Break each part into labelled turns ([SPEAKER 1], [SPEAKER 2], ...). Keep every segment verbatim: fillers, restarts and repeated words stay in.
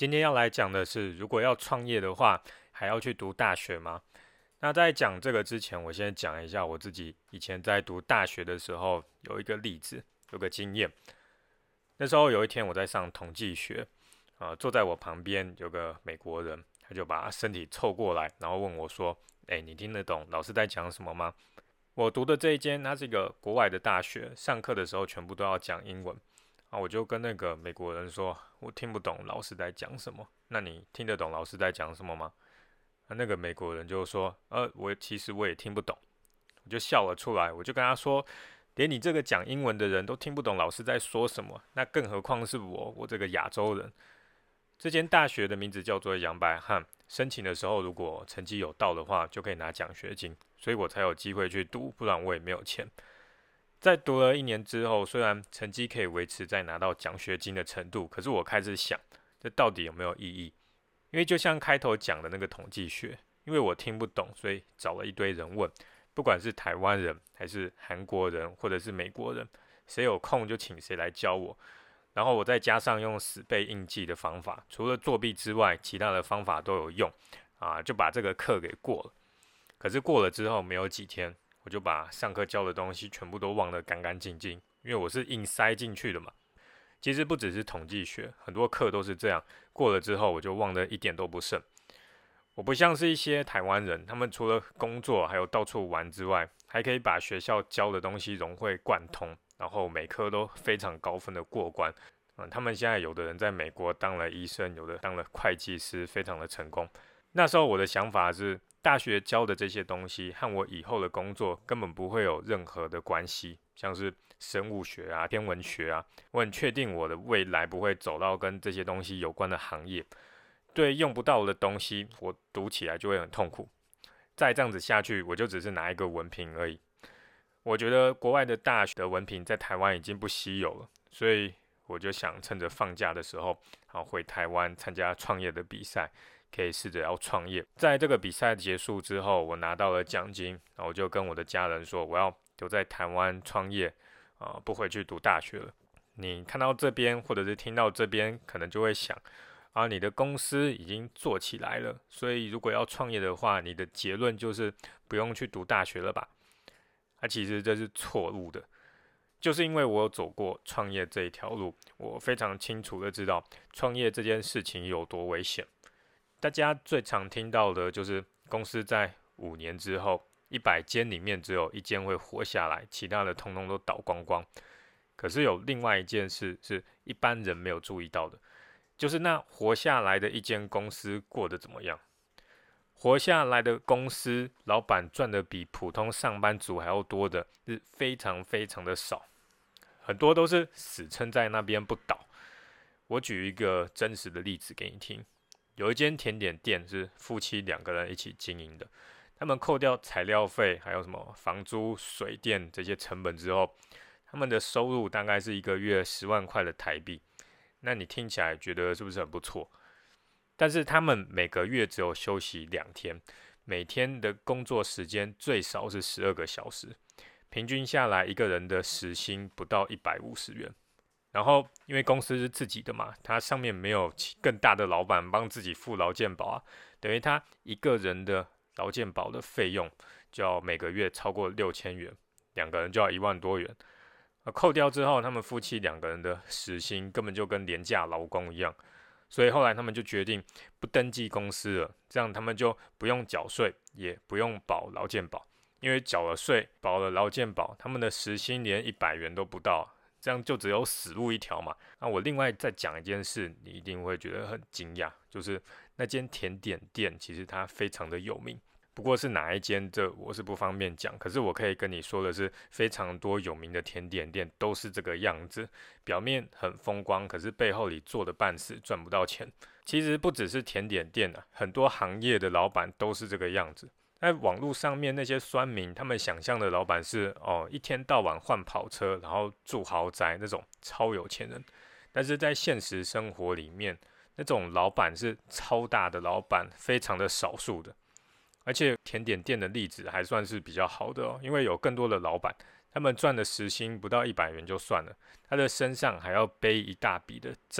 [SPEAKER 1] 今天要来讲的是，如果要创业的话，还要去读大学吗？那在讲这个之前，我先讲一下我自己以前在读大学的时候有一个例子，有个经验。那时候有一天我在上统计学，啊、呃，坐在我旁边有个美国人，他就把身体凑过来，然后问我说：“哎，你听得懂老师在讲什么吗？”我读的这一间，它是一个国外的大学，上课的时候全部都要讲英文。啊，我就跟那个美国人说，我听不懂老师在讲什么。那你听得懂老师在讲什么吗？啊，那个美国人就说，呃，我其实我也听不懂。我就笑了出来，我就跟他说，连你这个讲英文的人都听不懂老师在说什么，那更何况是我，我这个亚洲人。这间大学的名字叫做杨百翰，申请的时候如果成绩有到的话，就可以拿奖学金，所以我才有机会去读，不然我也没有钱。在读了一年之后，虽然成绩可以维持在拿到奖学金的程度，可是我开始想，这到底有没有意义？因为就像开头讲的那个统计学，因为我听不懂，所以找了一堆人问，不管是台湾人还是韩国人或者是美国人，谁有空就请谁来教我。然后我再加上用死背硬记的方法，除了作弊之外，其他的方法都有用啊，就把这个课给过了。可是过了之后没有几天，我就把上课教的东西全部都忘得干干净净，因为我是硬塞进去的嘛。其实不只是统计学，很多课都是这样，过了之后我就忘得一点都不剩。我不像是一些台湾人，他们除了工作还有到处玩之外，还可以把学校教的东西融会贯通，然后每科都非常高分的过关。嗯，他们现在有的人在美国当了医生，有的当了会计师，非常的成功。那时候我的想法是，大学教的这些东西和我以后的工作根本不会有任何的关系，像是生物学啊、天文学啊，我很确定我的未来不会走到跟这些东西有关的行业。对用不到的东西，我读起来就会很痛苦。再这样子下去，我就只是拿一个文凭而已。我觉得国外的大学的文凭在台湾已经不稀有了，所以我就想趁着放假的时候，好回台湾参加创业的比赛，可以试着要创业。在这个比赛结束之后，我拿到了奖金，然后我就跟我的家人说，我要留在台湾创业，啊、呃，不回去读大学了。你看到这边，或者是听到这边，可能就会想。啊，你的公司已经做起来了，所以如果要创业的话，你的结论就是不用去读大学了吧？啊，其实这是错误的，就是因为我有走过创业这一条路，我非常清楚的知道创业这件事情有多危险。大家最常听到的就是公司在五年之后，一百间里面只有一间会活下来，其他的通通都倒光光。可是有另外一件事是一般人没有注意到的。就是那活下来的一间公司过得怎么样？活下来的公司老板赚的比普通上班族还要多的是非常非常的少，很多都是死撑在那边不倒。我举一个真实的例子给你听，有一间甜点店是夫妻两个人一起经营的，他们扣掉材料费还有什么房租、水电这些成本之后，他们的收入大概是一个月十万块的台币。那你听起来觉得是不是很不错？但是他们每个月只有休息两天，每天的工作时间最少是十二个小时，平均下来一个人的时薪不到一百五十元。然后因为公司是自己的嘛，他上面没有更大的老板帮自己付劳健保啊，等于他一个人的劳健保的费用就要每个月超过六千元，两个人就要一万多元。扣掉之后，他们夫妻两个人的时薪根本就跟廉价劳工一样，所以后来他们就决定不登记公司了，这样他们就不用缴税，也不用保劳健保，因为缴了税，保了劳健保，他们的时薪连一百元都不到，这样就只有死路一条嘛。那我另外再讲一件事，你一定会觉得很惊讶，就是那间甜点店其实它非常的有名。不过是哪一间，这我是不方便讲。可是我可以跟你说的是，非常多有名的甜点店都是这个样子，表面很风光，可是背后里做的半死，赚不到钱。其实不只是甜点店啊，很多行业的老板都是这个样子。在网络上面那些酸民，他们想象的老板是哦，一天到晚换跑车，然后住豪宅那种超有钱人。但是在现实生活里面，那种老板是超大的老板，非常的少数的。而且甜点店的例子还算是比较好的哦，因为有更多的老板，他们赚的时薪不到一百元就算了，他的身上还要背一大笔的债，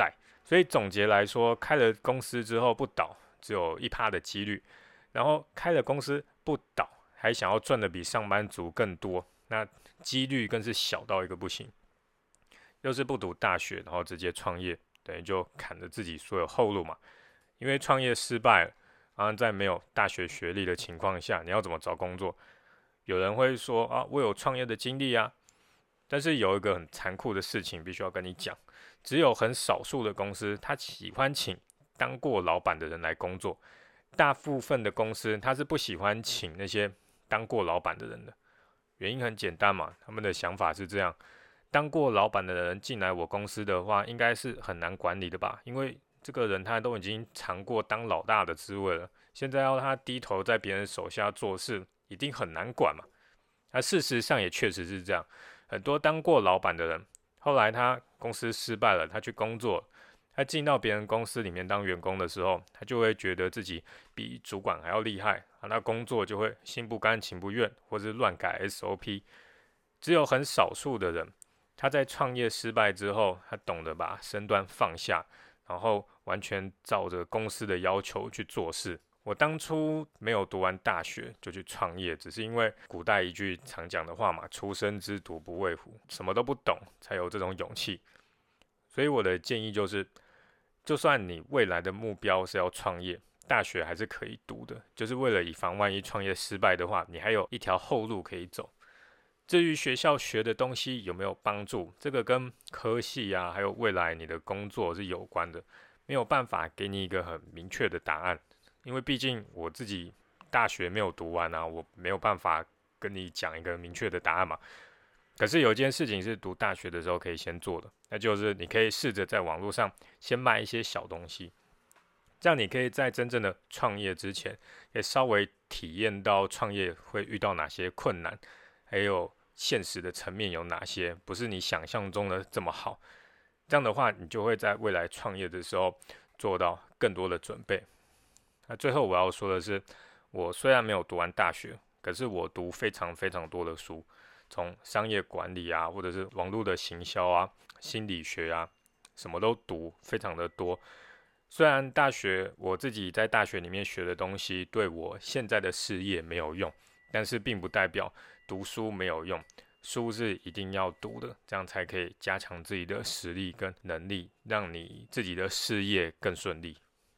[SPEAKER 1] 所以总结来说，开了公司之后不倒，只有一趴的几率；然后开了公司不倒，还想要赚的比上班族更多，那几率更是小到一个不行。又是不读大学，然后直接创业，等于就砍了自己所有后路嘛。因为创业失败了，然后在没有大学学历的情况下，你要怎么找工作？有人会说啊，我有创业的经历啊。但是有一个很残酷的事情必须要跟你讲，只有很少数的公司，他喜欢请当过老板的人来工作，大部分的公司他是不喜欢请那些当过老板的人的。原因很简单嘛，他们的想法是这样：当过老板的人进来我公司的话，应该是很难管理的吧？因为这个人他都已经尝过当老大的滋味了，现在要他低头在别人手下做事，一定很难管嘛。那事实上也确实是这样，很多当过老板的人，后来他公司失败了，他去工作，他进到别人公司里面当员工的时候，他就会觉得自己比主管还要厉害，那工作就会心不甘情不愿，或是乱改 S O P。只有很少数的人，他在创业失败之后，他懂得把身段放下，然后完全照着公司的要求去做事。我当初没有读完大学就去创业，只是因为古代一句常讲的话嘛，初生之犊不畏虎，什么都不懂才有这种勇气。所以我的建议就是，就算你未来的目标是要创业，大学还是可以读的，就是为了以防万一创业失败的话，你还有一条后路可以走。至于学校学的东西有没有帮助，这个跟科系啊，还有未来你的工作是有关的，没有办法给你一个很明确的答案。因为毕竟我自己大学没有读完啊，我没有办法跟你讲一个明确的答案嘛。可是有一件事情是读大学的时候可以先做的，那就是你可以试着在网络上先卖一些小东西，这样你可以在真正的创业之前，也稍微体验到创业会遇到哪些困难，还有现实的层面有哪些，不是你想象中的这么好。这样的话，你就会在未来创业的时候做到更多的准备。那最后我要说的是，我虽然没有读完大学，可是我读非常非常多的书，从商业管理啊，或者是网络的行销啊、心理学啊，什么都读，非常的多。虽然大学我自己在大学里面学的东西对我现在的事业没有用，但是并不代表读书没有用，书是一定要读的，这样才可以加强自己的实力跟能力，让你自己的事业更顺利。